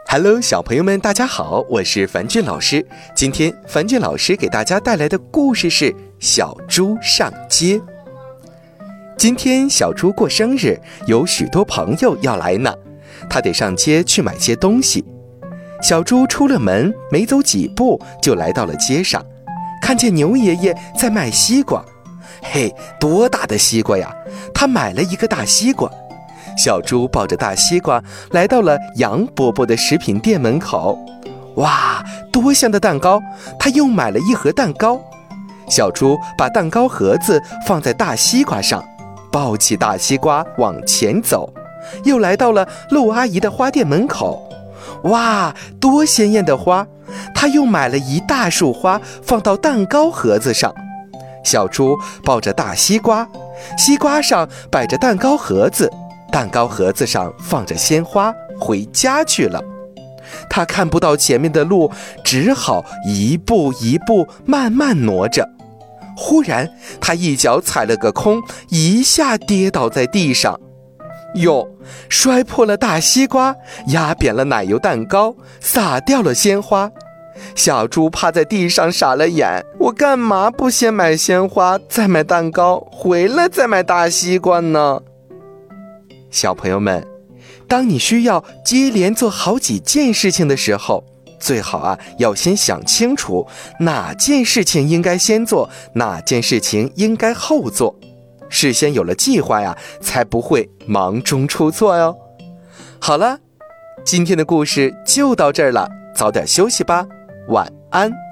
Hello， 小朋友们，大家好，我是樊俊老师。今天樊俊老师给大家带来的故事是小猪上街。今天小猪过生日，有许多朋友要来呢，他得上街去买些东西。小猪出了门，没走几步就来到了街上，看见牛爷爷在卖西瓜。嘿，多大的西瓜呀！他买了一个大西瓜。小猪抱着大西瓜来到了杨伯伯的食品店门口。哇，多香的蛋糕！他又买了一盒蛋糕。小猪把蛋糕盒子放在大西瓜上，抱起大西瓜往前走，又来到了陆阿姨的花店门口。哇，多鲜艳的花！他又买了一大束花放到蛋糕盒子上。小猪抱着大西瓜，西瓜上摆着蛋糕盒子，蛋糕盒子上放着鲜花，回家去了。他看不到前面的路，只好一步一步慢慢挪着。忽然他一脚踩了个空，一下跌倒在地上。哟，摔破了大西瓜，压扁了奶油蛋糕，洒掉了鲜花。小猪趴在地上傻了眼，我干嘛不先买鲜花，再买蛋糕，回来再买大西瓜呢？小朋友们，当你需要接连做好几件事情的时候，最好要先想清楚哪件事情应该先做，哪件事情应该后做。事先有了计划才不会忙中出错哟。好了，今天的故事就到这儿了，早点休息吧，晚安。